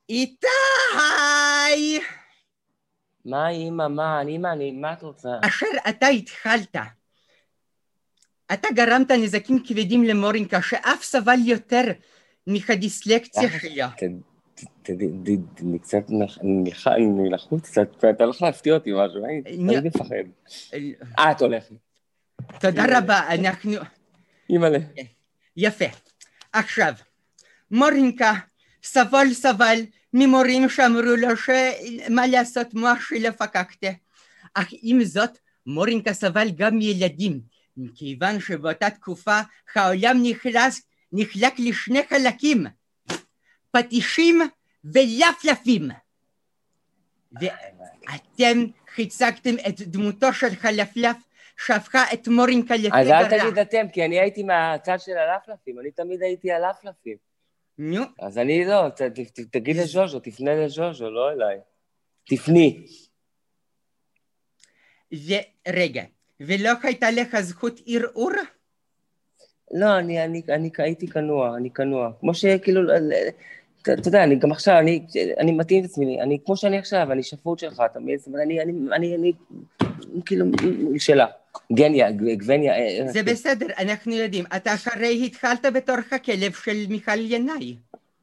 איתי! מה אמא, מה את רוצה? אשר אתה התחלת. אתה גרמת נזקים כבדים למורינקה, שאף סבל יותר מהדיסלקציה שלה. אני קצת לחוץ קצת, אתה הולך להפתיע אותי משהו, אני מפחד. את הולכת. תודה רבה, אנחנו... אימא'לה. יפה. עכשיו, מורינקה סבל ממורים שאמרו לו שמה לעשות מוח שלא פקקת. אך עם זאת, מורינקה סבל גם מילדים, מכיוון שבאותה תקופה העולם נחלק לשני חלקים, פטישים ולפלפים. ואתם חיצגתם את דמותו של חלפלף שהפכה את מורינקה לפגרה. אז אל תגיד אתם, כי אני הייתי מהצד של הלפלפים, אני תמיד הייתי הלפלפים. נו. אז אני לא, תגיד לז'וז'ו, תפנה לז'וז'ו, לא אליי. תפני. רגע, ולא הייתה לך זכות ערעור? לא, אני הייתי כנוע, כמו שכאילו, אתה יודע, אני גם עכשיו, אני מתאים את עצמי, אני כמו שאני עכשיו, אני שפוט שלך, תמיד, אני כאילו, שאלה, גווניה. זה בסדר, אנחנו יודעים, אתה אחרי התחלת בתור הכלב של מיכל ינאי.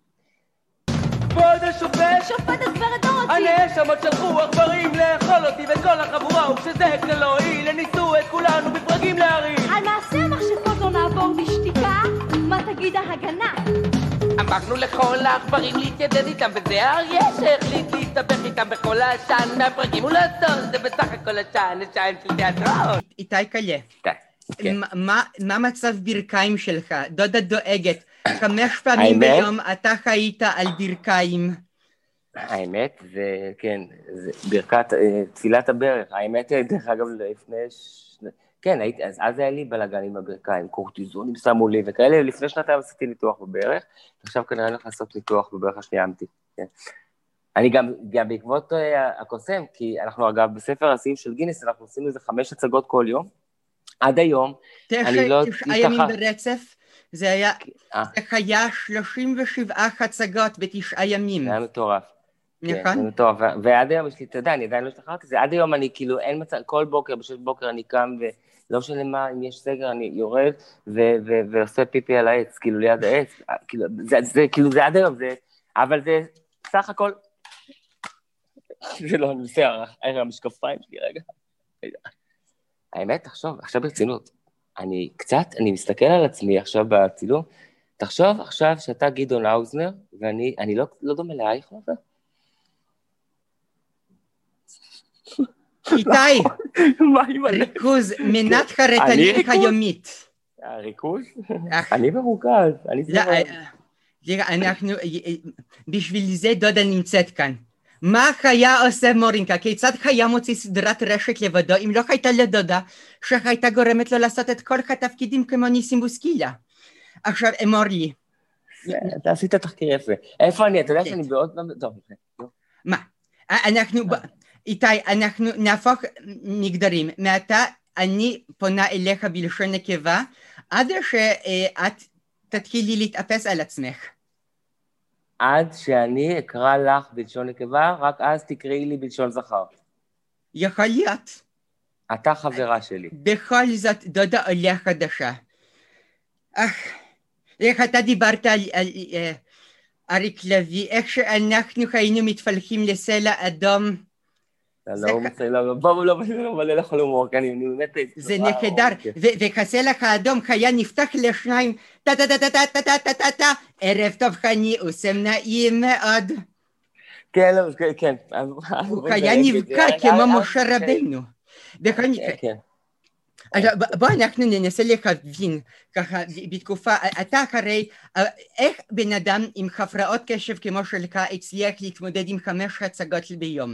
כבוד השופט! שופט הגברת דורותי! הנאשמות שלחו עכברים לאכול אותי וכל החבורה, וכשזה לא הועיל, הם ניסו את כולנו בפרגים להרעיל. על מעשה המכשפות לא נעבור בשתיקה, מה תגיד ההגנה? אמרנו לכל העכברים להתיידד איתם, וזה האריה שהחליט להסתבך איתם בכל העשן מהפרגים ולעשות, זה בסך הכל השן של תיאטרון. איתי קלה, כן. מה מצב ברכיים שלך? דודה דואגת, 5 פעמים ביום אתה חיית על ברכיים. האמת, זה, כן, זה ברכת, תפילת הברך, האמת, דרך אגב, לפני, כן, אז היה לי בלגן עם הברכיים, קורטיזונים שמו לי וכאלה, לפני שנתיים עשיתי ניתוח בברך, עכשיו כנראה אני הולך לעשות ניתוח בברך השנייה אמיתית, כן. אני גם בעקבות הקוסם, כי אנחנו אגב בספר השיאים של גינס, אנחנו עושים איזה 5 הצגות כל יום, עד היום, אני לא... 9 ימים ברצף, זה היה 37 הצגות ב9 ימים. זה היה מטורף. נכון? זה מטורף, ועד היום יש לי, אתה יודע, אני עדיין לא השתחררתי, זה עד היום אני כאילו, אין מצב, כל בוקר, ב6 בוקר אני קם, ולא משנה מה, אם יש סגר, אני יורד, ועושה פיפי על העץ, כאילו ליד העץ, כאילו זה עד היום, אבל זה סך הכל, זה לא, אני עושה, המשקפיים שלי, רגע. האמת, תחשוב, עכשיו ברצינות, אני מסתכל על עצמי עכשיו בצילום, תחשוב עכשיו שאתה גדעון האוזנר, ואני לא דומה לאייך לזה? איתי, ריכוז, מנת חרטנית היומית. ריכוז? אני מרוכז. אנחנו, בשביל זה דודה נמצאת כאן. מה חיה עושה מורינקה? כיצד חיה מוציא סדרת רשת לבדו, אם לא הייתה לדודה, שהייתה גורמת לו לעשות את כל התפקידים כמו ניסים בוסקילה? עכשיו, אמור לי. אתה עשית תחקיר יפה. איפה אני? אתה יודע שאני בעוד... טוב, מה? אנחנו... איתי, אנחנו נהפוך מגדרים. מעתה אני פונה אליך בלשון נקבה, עד שאת תתחילי להתאפס על עצמך. עד שאני אקרא לך בלשון נקבה, רק אז תקראי לי בלשון זכר. יכול להיות. אתה חברה שלי. בכל זאת, דודה עולה חדשה. איך אתה דיברת על אריק לוי, איך שאנחנו היינו מתפלחים לסלע אדום, לא מלא לך על הומור, כי אני באמת... זה נהדר, וכסלח האדום היה נפתח לשניים, טה-טה-טה-טה-טה-טה-טה-טה, ערב טוב חני, אוסם נעים מאוד. כן, כן. הוא היה נבקע כמו משה רבינו. בוא אנחנו ננסה להבין, ככה בתקופה, אתה אחרי, איך בן אדם עם הפרעות קשב כמו שלך הצליח להתמודד עם 5 הצגות ביום?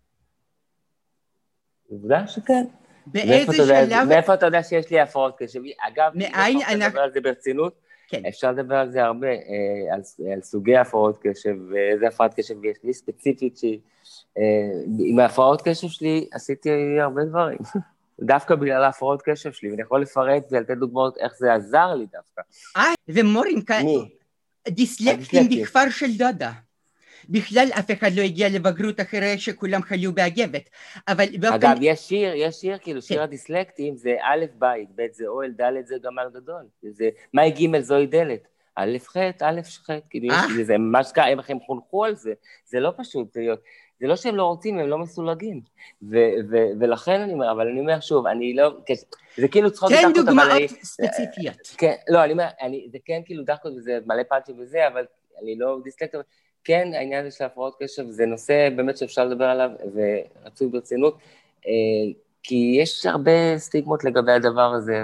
עובדה שכן. באיזה שלב... מאיפה אתה יודע שיש לי הפרעות קשב? אגב, מאין אפשר לדבר על זה ברצינות? אפשר לדבר על זה הרבה, על סוגי הפרעות קשב, ואיזה הפרעת קשב יש לי ספציפית, עם ההפרעות קשב שלי עשיתי הרבה דברים. דווקא בגלל ההפרעות קשב שלי, ואני יכול לפרט ולתת דוגמאות איך זה עזר לי דווקא. ומורינקה, דיסלקטים בכפר של דודה. בכלל אף אחד לא הגיע לבגרות אחרי שכולם חיו באגבת. אבל אגב, יש שיר, כאילו, שיר הדיסלקטים, זה א' בית, ב' זה אוהל, ד' זה גמל גדול. זה, מאי ג' זוהי דלת. א' ח', א' ח', כאילו, זה ממש ככה, הם חונכו על זה. זה לא פשוט להיות. זה לא שהם לא רוצים, הם לא מסולגים. ולכן אני אומר, אבל אני אומר שוב, אני לא, זה כאילו צחוק כן, דחקות, דוגמאות ספציפיות. כן, לא, אני אומר, זה כן כאילו דחקות וזה מלא פאנצ'ים וזה, אבל אני לא דיסלקט, אבל כן, העניין הזה של הפרעות קשב, זה נושא באמת שאפשר לדבר עליו, ורצוי ברצינות, כי יש הרבה סטיגמות לגבי הדבר הזה,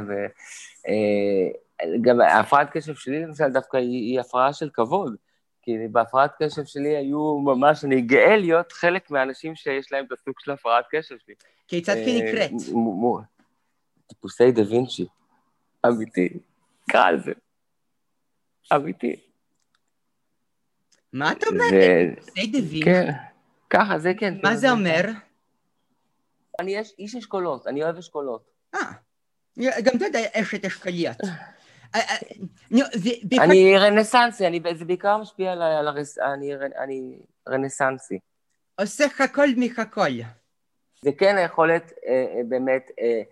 וגם ההפרעת קשב שלי, למשל, דווקא היא הפרעה של כבוד, כי בהפרעת קשב שלי היו ממש, אני גאה להיות חלק מהאנשים שיש להם את הסוג של הפרעת קשב שלי. כיצד כי נקראת? טיפוסי דה וינצ'י, אמיתי, קרא על זה, אמיתי. מה אתה אומר? טיפוסי דה וינצ'י? כן, ככה, זה כן. מה זה אומר? אני איש אשכולות, אני אוהב אשכולות. גם אתה יודע אשת אשכליות. אני רנסנסי, זה בעיקר משפיע על אני רנסנסי. עושה הכל מהכל. זה כן היכולת באמת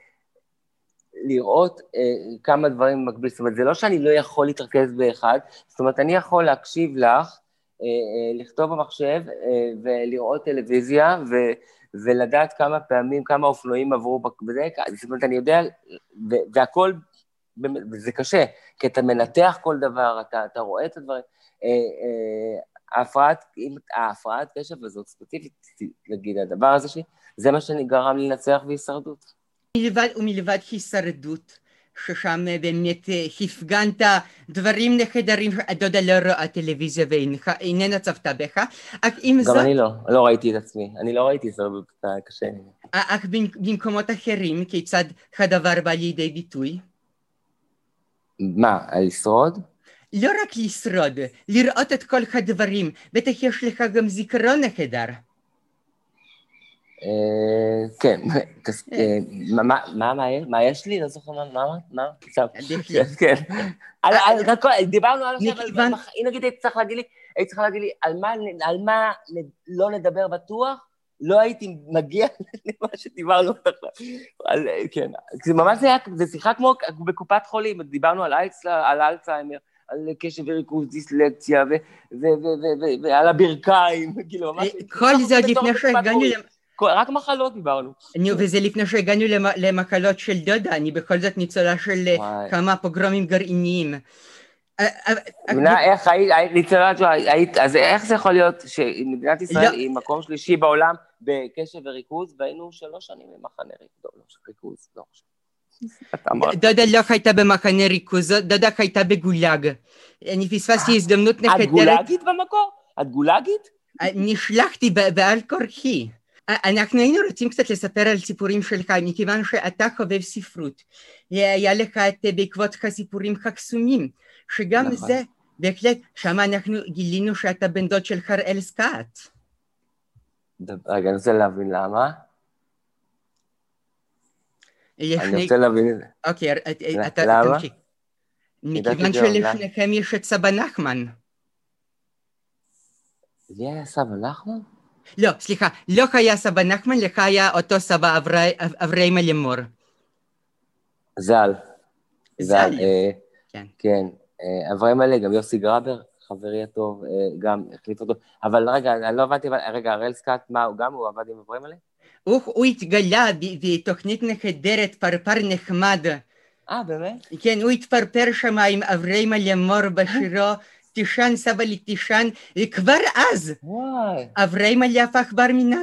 לראות כמה דברים במקביל, זאת אומרת, זה לא שאני לא יכול להתרכז באחד, זאת אומרת, אני יכול להקשיב לך, לכתוב במחשב ולראות טלוויזיה, ולדעת כמה פעמים, כמה אופנועים עברו בזה, זאת אומרת, אני יודע, והכל, זה קשה, כי אתה מנתח כל דבר, אתה רואה את הדברים, ההפרעת קשב הזאת ספציפית, נגיד, הדבר הזה זה מה שגרם לי לנצח בהישרדות. ומלבד הישרדות, ששם באמת הפגנת דברים נחדרים, הדודה לא רואה טלוויזיה ואיננה צפתה בך, אך עם זאת... גם אני לא ראיתי את עצמי, אני לא ראיתי הישרדות, קשה. אך במקומות אחרים, כיצד הדבר בא לידי ביטוי? מה, לשרוד? לא רק לשרוד, לראות את כל הדברים, בטח יש לך גם זיכרון נחדר. כן, מה יש לי? לא זוכר מה? כן. דיברנו על עכשיו, אם נגיד היית צריכה להגיד לי על מה לא נדבר בטוח, לא הייתי מגיע למה שדיברנו עכשיו. כן, זה ממש זה שיחה כמו בקופת חולים, דיברנו על אלצהיימר, על קשב וריכוז, דיסלקציה, ועל הברכיים, כאילו ממש... כל זה עוד לפני שהגענו... רק מחלות דיברנו. וזה לפני שהגענו למחלות של דודה, אני בכל זאת ניצולה של כמה פוגרומים גרעיניים. איך ניצולת, אז איך זה יכול להיות שמדינת ישראל היא מקום שלישי בעולם בקשב וריכוז, והיינו 3 שנים במחנה ריכוז, לא חושב. דודה לא הייתה במחנה ריכוז, דודה הייתה בגולאג. אני פספסתי הזדמנות נחתרת. את גולאגית במקור? את גולאגית? נשלחתי בעל כורחי. אנחנו היינו רוצים קצת לספר על סיפורים שלך, מכיוון שאתה חובב ספרות. היה לך בעקבות הסיפורים הקסומים, שגם זה, בהחלט, שם אנחנו גילינו שאתה בן דוד של הראל סקאט. רגע, אני רוצה להבין למה. אני רוצה להבין את זה. אוקיי, אתה תמשיך. מכיוון שלפניכם יש את סבא נחמן. זה היה סבא נחמן? לא, סליחה, לא היה סבא נחמן, לך היה אותו סבא אברהם לימור. ז"ל. ז"ל. כן. אברהם אלה, גם יוסי גרבר, חברי הטוב, גם החליף אותו. אבל רגע, אני לא הבנתי, רגע, הראל סקאט, מה, הוא עבד עם אברהם אלה? הוא התגלה בתוכנית נחדרת, פרפר נחמד. באמת? כן, הוא התפרפר שם עם אברהם לימור בשירו, תישן סבא לי תישן, וכבר אז אברהם עלי הפך בר מינן.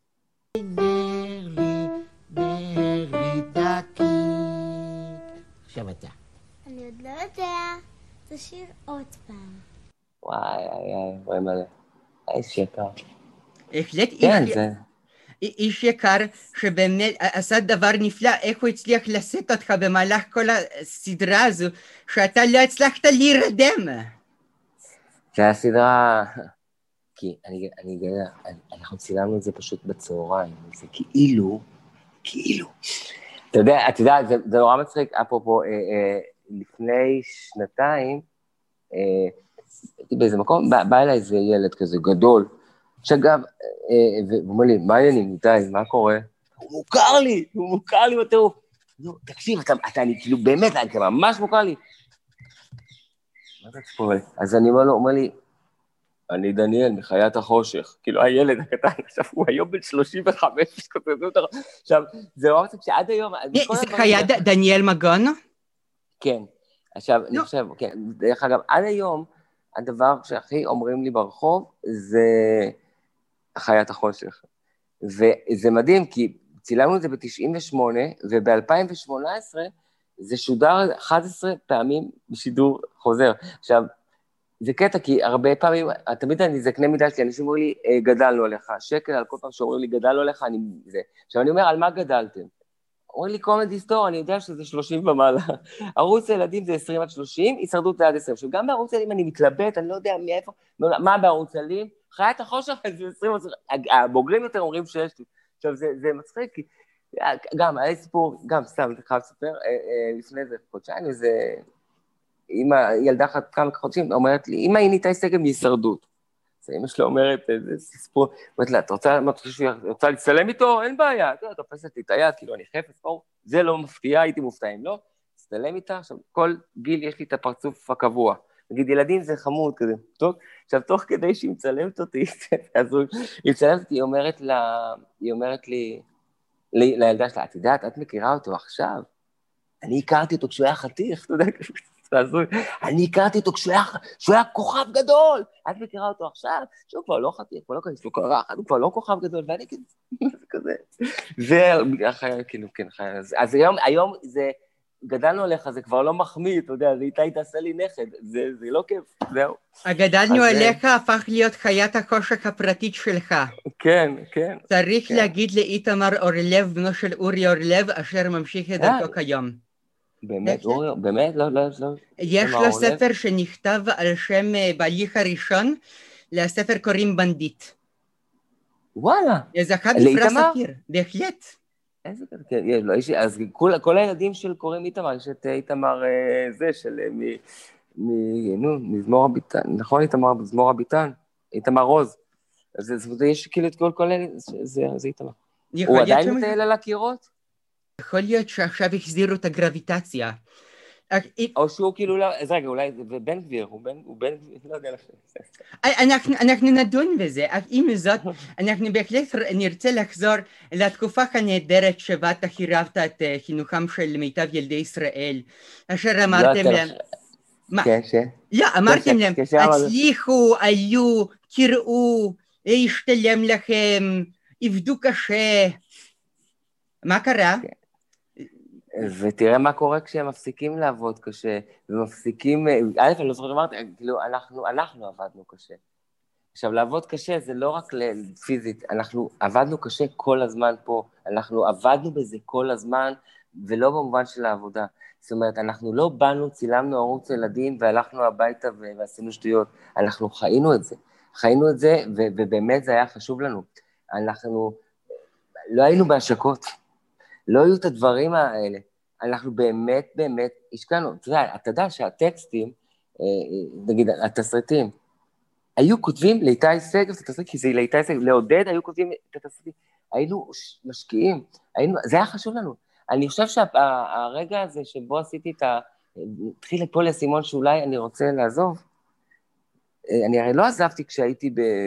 עכשיו אתה. אני עוד לא יודע, תשאיר עוד פעם. וואי, אברהם עלי, איש יקר. בהחלט כן, זה... איש יקר שבאמת עשה דבר נפלא, איך הוא הצליח לשאת אותך במהלך כל הסדרה הזו, שאתה לא הצלחת להירדם. זה היה סדרה, כי אני גאה, אנחנו צילמנו את זה פשוט בצהריים, זה כאילו, אתה יודע, זה נורא מצחיק, אפרופו, לפני 2 שנתיים, הייתי באיזה מקום, בא אליי איזה ילד כזה גדול, שגם, והוא אומר לי, מה העניינים, איתי, מה קורה? הוא מוכר לי בטירוף. נו, תקשיב, אני כאילו באמת, אתה ממש מוכר לי. מה אתה ציפור לי? אז אני אומר לי, אני דניאל, מחיית החושך. כאילו, הילד הקטן, עכשיו, הוא היום בן 35, עכשיו, זה לא רק שעד היום... זה חיית דניאל מגון? כן. עכשיו, אני חושב, כן, דרך אגב, עד היום, הדבר שהכי אומרים לי ברחוב, זה חיית החושך. וזה מדהים, כי צילמנו את זה ב-98, וב-2018, זה שודר 11 פעמים בשידור חוזר. עכשיו, זה קטע, כי הרבה פעמים, תמיד אני, זה קנה מידה שלי, אנשים אומרים לי, גדלנו עליך, שקל על כל פעם שאומרים לי, גדלנו עליך, אני זה. עכשיו, אני אומר, על מה גדלתם? אומרים לי, קומדי סטור, אני יודע שזה 30 ומעלה. ערוץ הילדים זה 20 עד 30, הישרדות זה עד 10. עכשיו, גם בערוץ הילדים אני מתלבט, אני לא יודע מאיפה, מה בערוץ הילדים? חיית החושך זה 20 עד 10. הבוגרים יותר אומרים שיש לי. עכשיו, זה מצחיק, כי גם, היה לי סיפור, גם סתם, אני חייב לספר, לפני זה חודשיים, איזה... אמא, ילדה אחת כמה חודשים, אומרת לי, אמא, הנה איתי סגל מהישרדות. אז אמא שלה אומרת, זה סיפור, אומרת לה, אתה רוצה להצטלם איתו? אין בעיה, אתה תופסת לי את היד, כאילו אני חפץ פה, זה לא מפתיע, הייתי מופתע, אם לא, תצטלם איתה, עכשיו, כל גיל יש לי את הפרצוף הקבוע. נגיד, ילדים זה חמוד כזה, טוב? עכשיו, תוך כדי שהיא מצלמת אותי, אז היא מצלמת אותי, היא אומרת לי, לילדה שלה, את יודעת, את מכירה אותו עכשיו? אני הכרתי אותו כשהוא היה חתיך, אתה יודע, אני הכרתי אותו כשהוא היה כוכב גדול, את מכירה אותו עכשיו, שהוא כבר לא חתיך, הוא כבר לא כוכב גדול, ואני כזה, זה כאילו, כן, אז היום זה, גדלנו עליך, זה כבר לא מחמיא, אתה יודע, זה איתי תעשה לי נכד, זה לא כיף, זהו. הגדלנו עליך הפך להיות חיית החושך הפרטית שלך. כן, כן. צריך להגיד לאיתמר אורלב, בנו של אורי אורלב, אשר ממשיך את דרכו כיום. באמת, אורי, באמת? לא. יש לו ספר שנכתב על שם בעליך הראשון, לספר קוראים בנדיט. וואלה. זכה בפרס ספיר, בהחלט. איזה כזה, כן, אז כל הילדים של קוראים איתמר, יש את איתמר זה, של מזמור הביטן, נכון איתמר, מזמור הביטן, איתמר רוז. אז יש כאילו את כל אלה, זה איתמר. הוא עדיין מטייל על הקירות? יכול להיות שעכשיו החזירו את הגרביטציה. או שהוא כאילו, אז רגע, אולי זה בן גביר, הוא בן גביר, לא יודע לך. אנחנו נדון בזה, אך עם זאת, אנחנו בהחלט נרצה לחזור לתקופה הנהדרת שבה אתה חירבת את חינוכם של מיטב ילדי ישראל, אשר אמרתם להם, לא, אמרתם להם, הצליחו, עלו, קראו, השתלם לכם, עבדו קשה, מה קרה? ותראה מה קורה כשהם מפסיקים לעבוד קשה, ומפסיקים, אני לא זוכר שאמרתי, כאילו, אנחנו עבדנו קשה. עכשיו, לעבוד קשה זה לא רק פיזית, אנחנו עבדנו קשה כל הזמן פה, אנחנו עבדנו בזה כל הזמן, ולא במובן של העבודה. זאת אומרת, אנחנו לא באנו, צילמנו ערוץ ילדים, והלכנו הביתה ועשינו שטויות. אנחנו חיינו את זה, ובאמת זה היה חשוב לנו. אנחנו לא היינו בהשקות. לא היו את הדברים האלה, אנחנו באמת השקענו, אתה יודע שהטקסטים, נגיד, התסריטים, היו כותבים לאיתי סגל את התסריט, כי זה לאיתי סגל, לעודד היו כותבים את התסריטים, היינו משקיעים, זה היה חשוב לנו. אני חושב שהרגע הזה שבו עשיתי התחיל ליפול לסימון שאולי אני רוצה לעזוב, אני הרי לא עזבתי כשהייתי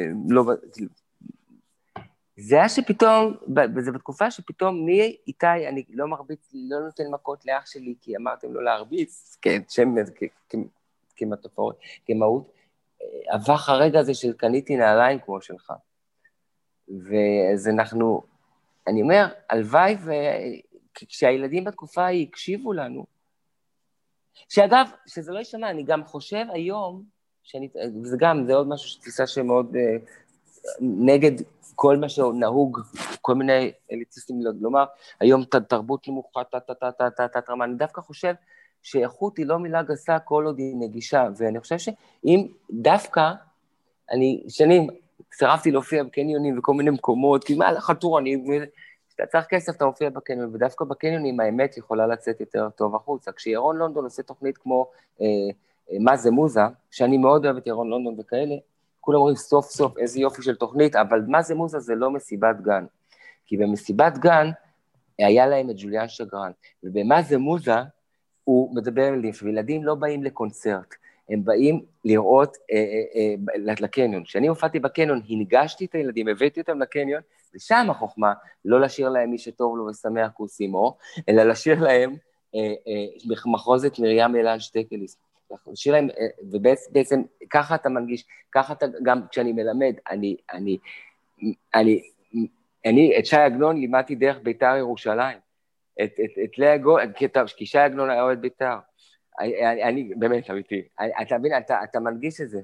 זה היה שפתאום, וזה בתקופה שפתאום מי איתי, אני לא מרביץ, לא נותן מכות לאח שלי, כי אמרתם לו להרביץ, כן, שם כמטאפורית, כמהות, הפך הרגע הזה של קניתי נעליים כמו שלך. ואז אנחנו, אני אומר, הלוואי, וכשהילדים בתקופה ההיא הקשיבו לנו, שאגב, שזה לא ישמע, אני גם חושב היום, וזה גם, זה עוד משהו שתפיסה שמאוד נגד כל מה שנהוג, כל מיני אליטיסטים לומר, היום תרבות נמוכה, אני דווקא חושב שאיכות היא לא מילה גסה כל עוד היא נגישה, ואני חושב שאם דווקא, אני שנים סירבתי להופיע בקניונים וכל מיני מקומות, כי מה לחתור, כשאתה צריך כסף אתה מופיע בקניונים, ודווקא בקניונים האמת יכולה לצאת יותר טוב החוצה, כשירון לונדון עושה תוכנית כמו מה זה מוזה, שאני מאוד אוהב את ירון לונדון וכאלה, כולם אומרים סוף סוף איזה יופי של תוכנית, אבל מה זה מוזה זה לא מסיבת גן, כי במסיבת גן היה להם את ג'וליאן שגרן, ובמה זה מוזה, הוא מדבר על ילדים, וילדים לא באים לקונצרט, הם באים לראות לקניון. כשאני הופעתי בקניון, הנגשתי את הילדים, הבאתי אותם לקניון, ושם החוכמה, לא לשיר להם מי שטוב לו ושמח כוסימו, אלא לשיר להם מחרוזת מרים אילן שטקליס. לשיר להם, ובעצם ככה אתה מנגיש, ככה אתה, גם כשאני מלמד, אני את שי עגנון לימדתי דרך ביתר ירושלים, את לאה גול, כי שי עגנון היה אוהד ביתר, אני באמת אמיתי, אתה מבין, אתה מנגיש את זה,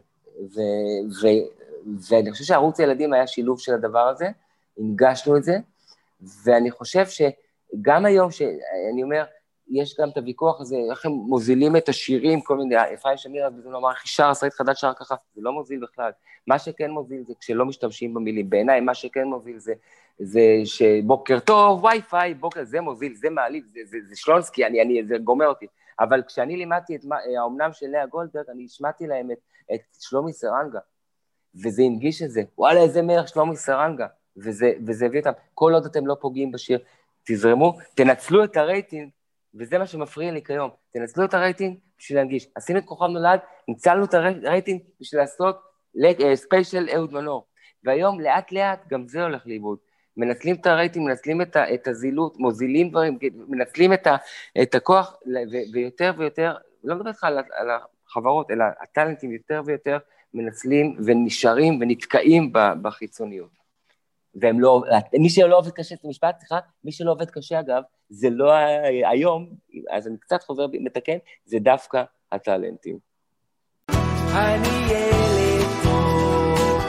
ואני חושב שערוץ הילדים היה שילוב של הדבר הזה, הנגשנו את זה, ואני חושב שגם היום שאני אומר, יש גם את הוויכוח הזה, איך הם מוזילים את השירים, כל מיני, אפרים שמיר, אז בזמן אמר, שר, שרית חדד שר ככה, זה לא מוזיל בכלל, מה שכן מוזיל זה כשלא משתמשים במילים, בעיניי מה שכן מוזיל זה שבוקר טוב, וי-פיי, בוקר, זה מוזיל, זה מעליב, זה שלונסקי, זה גומר אותי, אבל כשאני לימדתי את האומנם של לאה גולדברג, אני השמעתי להם את שלומי סרנגה, וזה הנגיש את זה, וואלה, איזה מלך שלומי סרנגה, וזה הביא אותם, כל עוד אתם לא פוגעים בשיר, תזרמו, תנצלו את הרייטינג, וזה מה שמפריע לי כיום, תנצלו את הרייטינג בשביל להנגיש, עשינו את כוכב נולד, ניצלנו את הרייטינג בשביל לעשות ספיישל אהוד מנור, והיום לאט לאט גם זה הולך לאיבוד, מנצלים את הרייטינג, מנצלים את הזילות, מוזילים דברים, מנצלים את הכוח, ויותר ויותר, לא מדבר לך על החברות, אלא הטלנטים יותר ויותר מנצלים ונשארים ונתקעים בחיצוניות. והם לא, מי שלא עובד קשה, את המשפט, סליחה, מי שלא עובד קשה אגב, זה לא היום, אז אני קצת חוזר מתקן, זה דווקא הטלנטים. אני ילד טוב,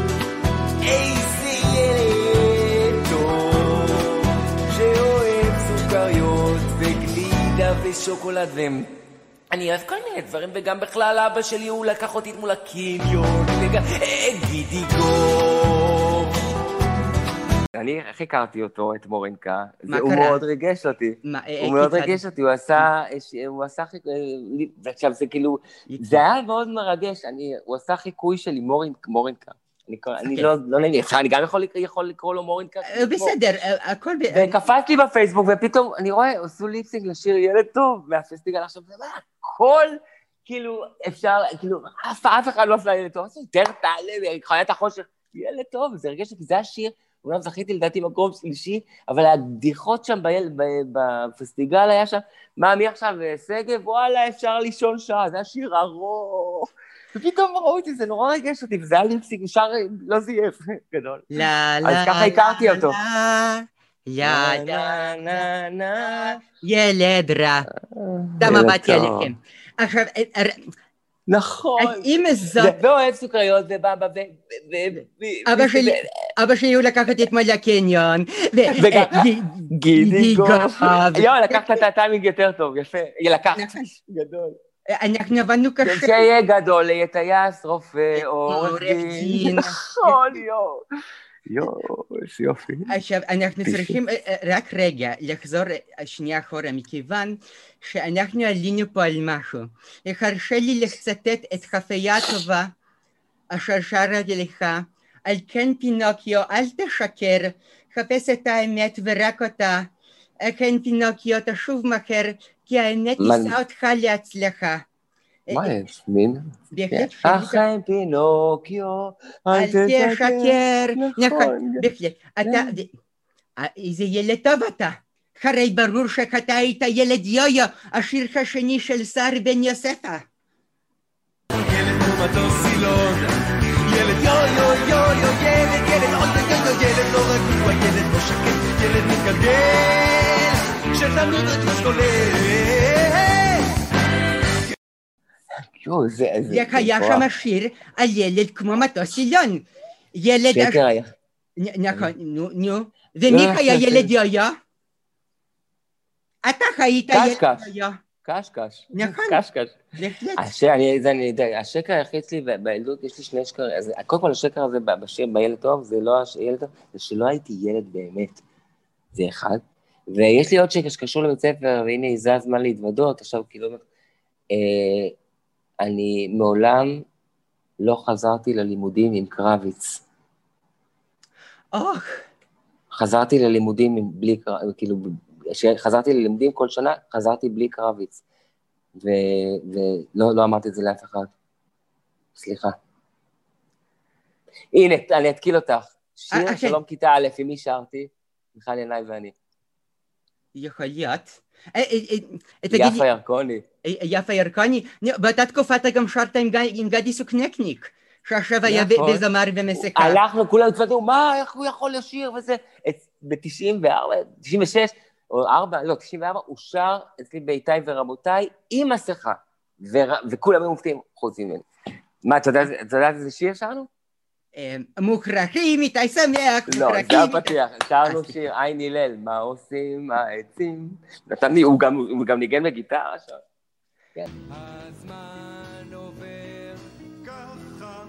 איזה ילד טוב, שאוהב סוכריות וגלידה ושוקולד אני אוהב כל מיני דברים, וגם בכלל אבא שלי הוא לקח אותי מול הקניון, וגם גידיגור. אני איך הכרתי אותו, את מורינקה, הוא מאוד ריגש אותי, הוא מאוד ריגש אותי, הוא עשה עכשיו זה כאילו, זה היה מאוד מרגש, הוא עשה חיקוי שלי מורינקה, אני לא נעים, אני גם יכול לקרוא לו מורינקה, בסדר, הכל וקפץ לי בפייסבוק, ופתאום אני רואה, עשו ליפסינג לשיר ילד טוב, מהפסטיגל עכשיו, זה מה, הכל, כאילו, אפשר, כאילו, אף אחד לא עושה ילד טוב, אז יותר תעלה, חויית החושך, ילד טוב, זה הרגש אותי, זה השיר, אולי זכיתי לדעתי מקום שלישי, אבל הבדיחות שם בפסטיגל היה שם, מה, מי עכשיו סגב? וואלה, אפשר לישון שעה, זה השיר ארוך. ופתאום ראו אותי, זה נורא רגש אותי, וזה היה ליפסיק, שר לא זייף, גדול. אז ככה הכרתי אותו. ילד רע. דם הבאתי עליכם. עכשיו, נכון. אם זאת... ואוהב סוכריות ובאבא אבא שלי הוא לקח אותי אתמול לקניון. וגם גידיגו. לקחת את הטיימינג יותר טוב, יפה. לקחת. גדול. אנחנו עבדנו קשה. שיהיה גדול, יהיה טייס, רופא, עורך דין. נכון, איזה יופי. עכשיו, אנחנו צריכים רק רגע לחזור שנייה אחורה, מכיוון שאנחנו עלינו פה על משהו. הרשה לי לצטט את חוויה טובה, אשר שרתי לך, על כן פינוקיו, אל תשקר, חפש את האמת ורק אותה, כן פינוקיו, תשוב מהר, כי האמת יישא אותך להצלחה. מה יש? מין? בהחלט. אחרי פינוקיו, אל תשקר. נכון, בהחלט. איזה ילד טוב אתה. הרי ברור שאתה היית ילד יויו, השיר השני של שר בן יוספה. ילד כמו מטוס סילון, ילד יויו, ילד, ילד לא רגוע, ילד לא שקט, ילד מתגלגל, שתמיד רק משקולל. זה היה שם השיר על ילד כמו מטוס סילון. שקר היה. נכון, נו. ומי היה ילד יויו? אתה היית ילד יויו. קשקש. נכון. קשקש. בהחלט. השקר היחיד אצלי בילדות, יש לי שני שקרים. קודם כל השקר הזה בשיר בילד טוב, זה לא ילד טוב, זה שלא הייתי ילד באמת. זה אחד. ויש לי עוד שקר שקשור לבית ספר, והנה זה הזמן להתוודות, עכשיו כאילו... אני מעולם לא חזרתי ללימודים עם קרביץ. חזרתי ללימודים בלי קרביץ, כאילו, כשחזרתי ללימודים כל שנה, חזרתי בלי קרביץ. ולא אמרתי את זה לאף אחד. סליחה. הנה, אני אתקיל אותך. שיר שלום כיתה א', עם מי שרתי? מיכל ינאי ואני. יכול להיות. יפה ירקוני. יפה ירקוני. באותה תקופה אתה גם שרת עם גדי סוכנקניק, שעכשיו היה בזמר ומסיקה. הלכנו, כולם התפתחו, מה, איך הוא יכול לשיר וזה? ב-94, 96, או 4, לא, 94, הוא שר אצלי באיתי ורבותיי עם מסכה, וכולם היו מופתעים חוץ ממני. מה, אתה יודעת איזה שיר שרנו? מוכרחים, איתי שמח, לא, זה הפתיח, שרנו שיר, עין הלל, מה עושים העצים? נתן לי, הוא גם ניגן בגיטרה שם. הזמן עובר ככה,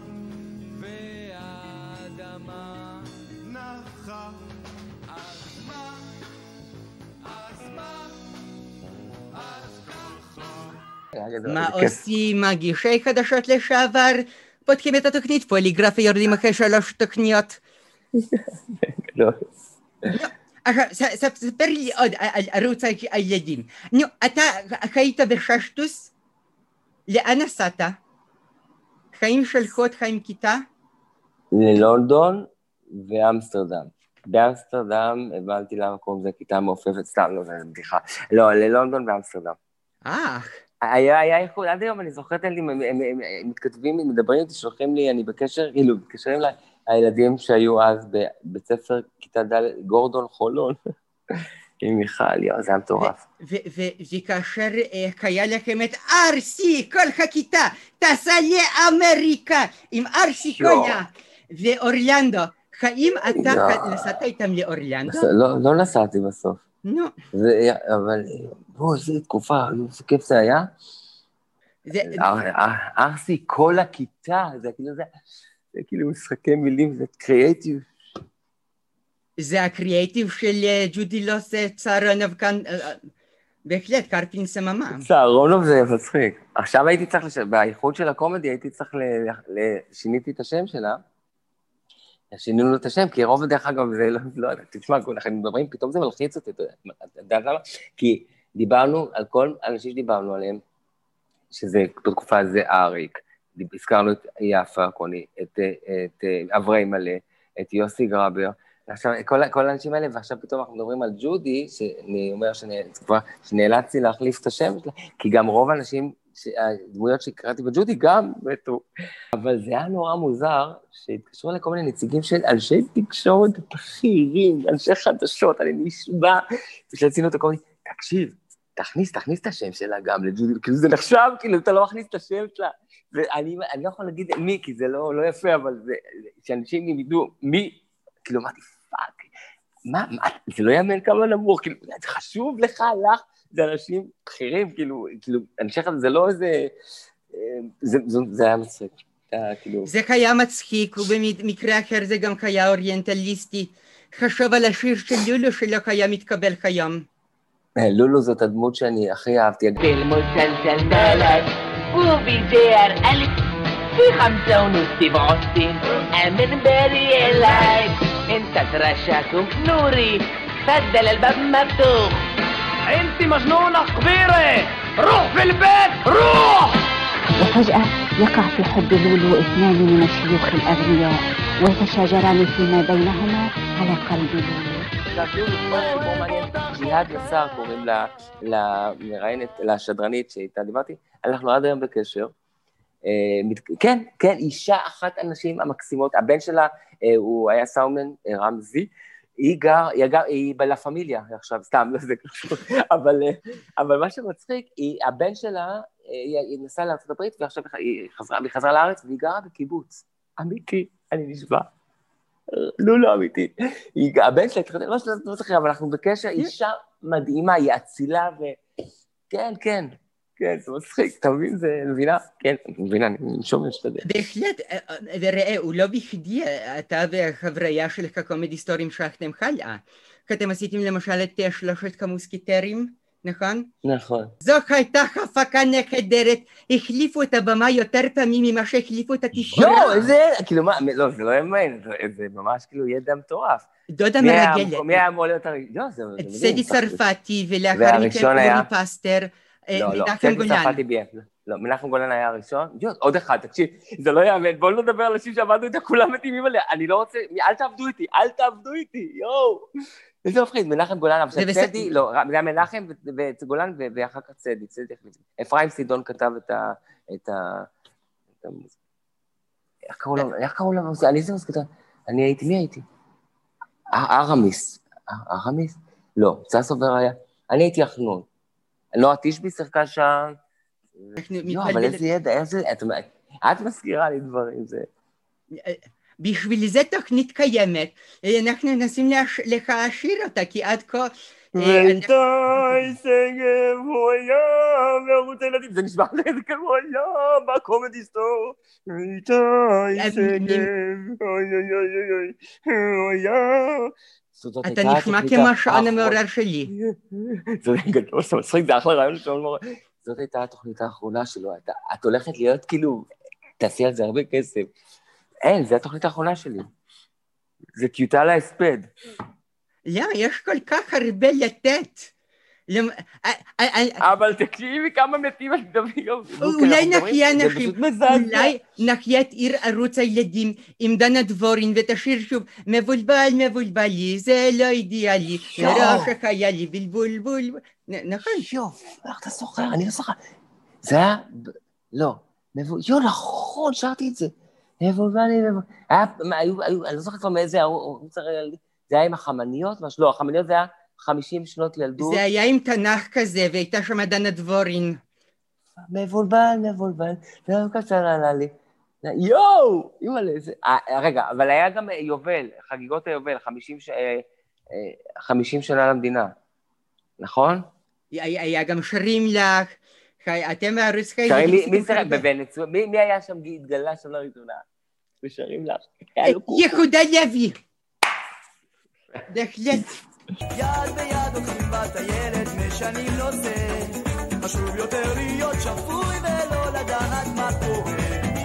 והאדמה נחה, אז מה, אז ככה. מה עושים מגישי חדשות לשעבר? פותחים את התוכנית פוליגרף ויורדים אחרי 3 תוכניות. עכשיו, ספר לי עוד על ערוץ הילדים. נו, אתה חיית בששטוס? לאן נסעת? חיים שלך עוד חיים כיתה? ללונדון ואמסטרדם. באמסטרדם הבנתי למה קוראים לזה כיתה מעופפת, סתם, לא, זה בדיחה. לא, ללונדון ואמסטרדם. היה יכול, עד היום אני זוכרת, הם מתכתבים, מדברים איתי, שולחים לי, אני בקשר, כאילו, מתקשרים לילדים שהיו אז בבית ספר כיתה ד' גורדון חולון, עם מיכל, זה היה מטורף. וכאשר היה לכם את ארסי, כל הכיתה, טסה לאמריקה, עם ארסי קונה, ואורלנדו, האם אתה נסעת איתם לאורלנדו? לא נסעתי בסוף. נו. אבל, איזה תקופה, איזה כיף זה היה. ארסי, כל הכיתה, זה כאילו משחקי מילים, זה קריאטיב. זה הקריאטיב של ג'ודי לוס צהרונוב כאן, בהחלט, קרפין סממה. צהרונוב זה מצחיק. עכשיו הייתי צריך, באיחוד של הקומדי הייתי צריך, שיניתי את השם שלה, שינינו לו את השם, כי רוב דרך אגב, זה לא, תשמע, אנחנו מדברים, פתאום זה מלחיץ אותי, אתה יודעת למה? כי דיברנו על כל אנשים שדיברנו עליהם, שזה, בתקופה זה אריק, הזכרנו את יפה קוני, את אברי מלא, את יוסי גרבר, עכשיו, כל האנשים האלה, ועכשיו פתאום אנחנו מדברים על ג'ודי, שאני אומר שנאלצתי להחליף את השם שלה, כי גם רוב האנשים, הדמויות שקראתי בג'ודי גם מתו. אבל זה היה נורא מוזר, שהתקשרו לכל מיני נציגים של אנשי תקשורת בכירים, אנשי חדשות, אני נשבע, ושלצינו את הכל מיני, תקשיב, תכניס את השם שלה גם לג'ודי, כאילו זה נחשב, כאילו אתה לא מכניס את השם שלה, ואני לא יכול להגיד מי, כי זה לא יפה, אבל שאנשים ידעו מי, כאילו אמרתי, פאק, מה, זה לא יאמן כמה נמוך, כאילו, זה חשוב לך, זה אנשים בכירים, כאילו, אנשי חדשות, זה לא איזה, זה היה מצחיק, זה היה מצחיק, ובמקרה אחר זה גם היה אוריינטליסטי, חשוב על השיר של לולו שלא היה מתקבל כיום. לולו זאת הדמות שאני הכי אהבתי. بالمسلسل مالك وبيدير ألف في 95 أمن بري العيب انت ترشاكم نوري فدل الباب مفتوح انت مجنونة كبيرة روح في البيت روح. وفجأة يقع في حب لولو 2 من الشيوخ الأغنياء ويتشاجران فيما بينهما على قلب لولو. ג'יהאד נסאר קוראים למראיינת, לשדרנית שאיתה דיברתי, אנחנו עד היום בקשר. כן, אישה אחת הנשים המקסימות, הבן שלה הוא היה סאומן רמזי, היא בלה פמיליה עכשיו, סתם, לא זה קשור, אבל מה שמצחיק, הבן שלה, היא נסעה לארצות הברית, ועכשיו היא חזרה לארץ, והיא גרה בקיבוץ. אמיתי, אני נשבע. לא אמיתי. הבן שלה, לא זוכר, אבל אנחנו בקשר, אישה מדהימה, היא אצילה, וכן, זה מצחיק, אתה מבין, זה מבינה? כן, מבינה, אני שומע שתדע. בהחלט, וראה, הוא לא בכדי, אתה והחבריה שלך קומדי סטורים שייכתם חלאה. כי אתם עשיתם למשל את 3 המוסקיטרים, נכון? נכון. זאת הייתה הפקה נהדרת, החליפו את הבמה יותר פעמים ממה שהחליפו את התפאורה. יואו, איזה, כאילו מה, לא, זה לא יאמן, זה ממש כאילו ידע מטורף. דודה מרגלת. מי היה אמור להיות הראשון? יואו, את סדי צרפתי, ולאחר מכן והראשון היה? אורי פסטר, לא, מנחם סדי גולן. צרפתי ביים. לא, מנחם גולן היה הראשון. יואו, עוד אחד, תקשיב, זה לא יאמן, בואו לא נדבר על אנשים שעבדנו איתה, כולם מתאימים עליה, אני לא רוצה, אל תעבדו איתי, יואו. איזה מפחיד, מנחם גולן, אבל סדי, לא, זה היה מנחם וגולן, ואחר כך סדי, אפרים סידון כתב את ה... איך קראו לו? אני איזה מוזיקה, מי הייתי? ארמיס? לא, צסובר היה, אני הייתי אחנון. נועה תשבי שיחקה שם, אבל איזה ידע, את מזכירה לי דברים, זה... בשביל זה תוכנית קיימת, אנחנו נסים להשאיר אותה, כי עד כה... ואיתי סגב הוא היה בערוץ הילדים, זה נשמע לזה כמו היה בקומדי סטור. ואיתי סגב, הוא היה... אתה נשמע כמו השעון המעורר שלי. זה גדול, זה מצחיק, זה אחלה רעיון לשעון מעורר. זאת הייתה התוכנית האחרונה שלו, את הולכת להיות כאילו, תעשי על זה הרבה כסף. אין, זו התוכנית האחרונה שלי. זה טיוטה להספד. לא, יש כל כך הרבה לתת. אבל תקשיבי כמה מתים אני מדבר. אולי נחיה את עיר ערוץ הילדים עם דנה דבורין ותשאיר שוב מבולבלי, זה לא אידיאלי, רעשך היה לי בלבול, נכון? איך אתה זוכר? אני לא זוכר. זה היה, לא, נכון, שרתי את זה. מבולבלי, אני לא זוכר כבר מאיזה ערוץ הילדים. זה היה עם החמניות, משהו, לא, החמניות זה היה 50 שנות ילדות. זה היה עם תנ"ך כזה, והייתה שם דנה דבורין. מבולבל, לא קצר עלה לי. יואו, אימא'לה, רגע, אבל היה גם יובל, חגיגות היובל, 50 שנה למדינה, נכון? היה גם שרים לך, אתם מהערוץ כאלה. מי היה שם התגלה שנה ראשונה? ושרים לך. יהודה לוי. בהחלט. יד ביד הולכים בטיילת משנים נושא, חשוב יותר להיות שפוי ולא לדעת מה קורה.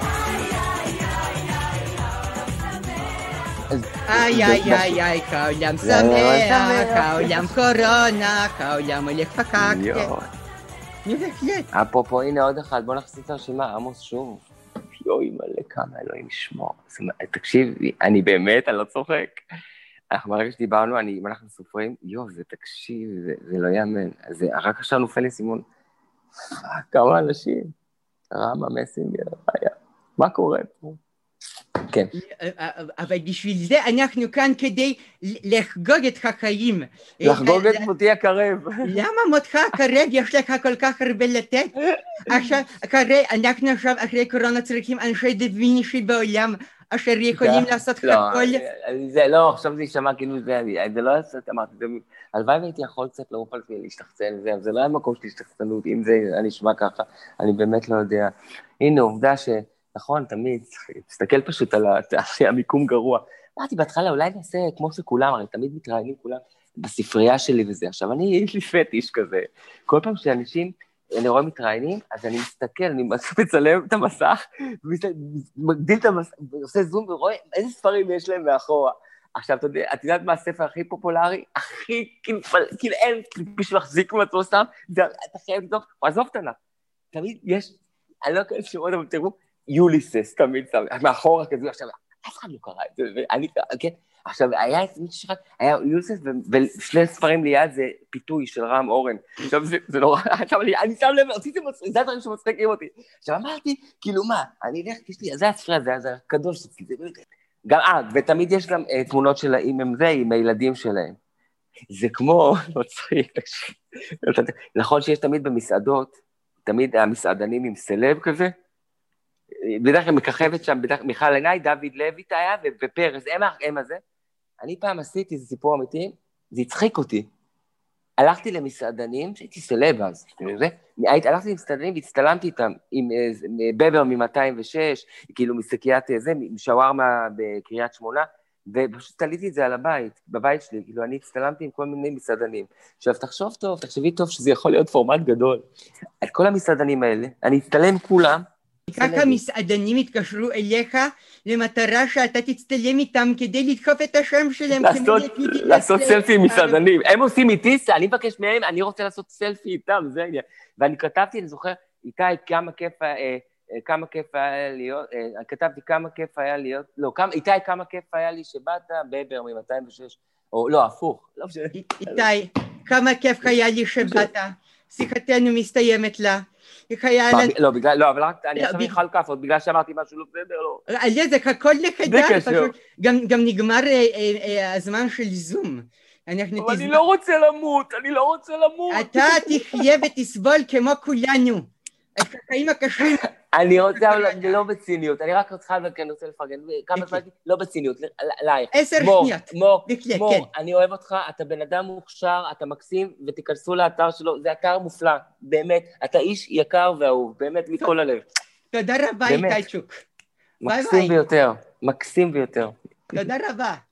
איי, כעולם שמח, כעולם קורונה, כעולם הולך פקק. בהחלט. אפרופו, הנה עוד אחד, בוא נחזיק את הרשימה, עמוס שוב. יואי מלא כמה, אלוהים ישמור. תקשיב, אני באמת, אני לא צוחק. אנחנו ברגע שדיברנו, אם אנחנו סופרים, זה תקשיב, זה לא יאמן. זה רק עכשיו נופל לי סימון. כמה אנשים. רמה, מסינגר, מה קורה פה? כן. אבל בשביל זה אנחנו כאן כדי לחגוג את החיים. לחגוג את מותי הקרב. למה מותך הקרב? יש לך כל כך הרבה לתת. עכשיו, אנחנו עכשיו אחרי קורונה צריכים אנשי דווינישי בעולם, אשר יכולים לעשות הכל. לא, עכשיו זה יישמע כאילו זה לא לעשות, אמרתי, הלוואי והייתי יכול קצת לעוף על זה, להשתחצן, זה לא היה מקום של השתחצנות, אם זה נשמע ככה, אני באמת לא יודע. הנה, עובדה נכון, תמיד, תסתכל פשוט על המיקום גרוע. אמרתי, בהתחלה אולי נעשה כמו שכולם, הרי תמיד מתראיינים כולם בספרייה שלי וזה. עכשיו, יש לי פטיש כזה. כל פעם שאנשים, אני רואה מתראיינים, אז אני מסתכל, אני מצלם את המסך, מגדיל את המסך, ועושה זום ורואה איזה ספרים יש להם מאחורה. עכשיו, את יודעת מה הספר הכי פופולרי? הכי, כאילו אין, בשביל להחזיק מעצמו סתם, אתה חייב לבדוק, עזוב תנ"ך. תמיד יש, אני לא כאלה שרואות, אבל תראו, יוליסס תמיד שם, מאחורה כזה, עכשיו, אף אחד לא קרא את זה, ואני, כן, עכשיו, היה יוליסס, ושני ספרים ליד זה פיתוי של רם אורן, עכשיו, זה נורא, עכשיו, אני שם לב, זה הדברים שמצחיקים אותי, עכשיו, אמרתי, כאילו מה, אני אלך, יש לי, זה הספר, זה הקדוש, גם, ותמיד יש גם תמונות של האם הם זה, עם הילדים שלהם, זה כמו, מצחיק, נכון שיש תמיד במסעדות, תמיד המסעדנים עם סלב כזה, בדרך כלל מככבת שם, מיכל עיניי, דוד לויט היה, ופרס, הם הזה. אני פעם עשיתי, זה סיפור אמיתי, זה הצחיק אותי. הלכתי למסעדנים, שהייתי סלב אז, הלכתי למסעדנים והצטלמתי איתם, עם בבר מ-206, כאילו מסקיית זה, שווארמה בקריית שמונה, ופשוט תליתי את זה על הבית, בבית שלי, כאילו אני הצטלמתי עם כל מיני מסעדנים. עכשיו תחשוב טוב, תחשבי טוב שזה יכול להיות פורמט גדול. על כל המסעדנים האלה, אני אצטלם כולם. ככה מסעדנים התקשרו אליך למטרה שאתה תצטלם איתם כדי לדחוף את השם שלהם. לעשות סלפי עם מסעדנים. הם עושים איתי, אני מבקש מהם, אני רוצה לעשות סלפי איתם, זה העניין. ואני כתבתי, אני זוכר, איתי, כמה כיף היה להיות, כתבתי כמה כיף היה להיות, לא, איתי, כמה כיף היה לי שבאת, בבר מ-206, או לא, הפוך. איתי, כמה כיף היה לי שבאת, שיחתנו מסתיימת לה. לא, אבל רק, אני עכשיו אכל כפות, בגלל שאמרתי משהו לא בסדר, לא. זה הכל לחדר, פשוט, גם נגמר הזמן של זום. אבל אני לא רוצה למות. אתה תחיה ותסבול כמו כולנו. החיים הקשים. אני רוצה, לא בציניות, אני רק רוצה לפרגן, כמה זמן, לא בציניות, עלייך. 10 שניות. מור, אני אוהב אותך, אתה בן אדם מוכשר, אתה מקסים, ותיכנסו לאתר שלו, זה אתר מופלא, באמת, אתה איש יקר ואהוב, באמת מכל הלב. תודה רבה, איתי צ'וק. מקסים ביותר. תודה רבה.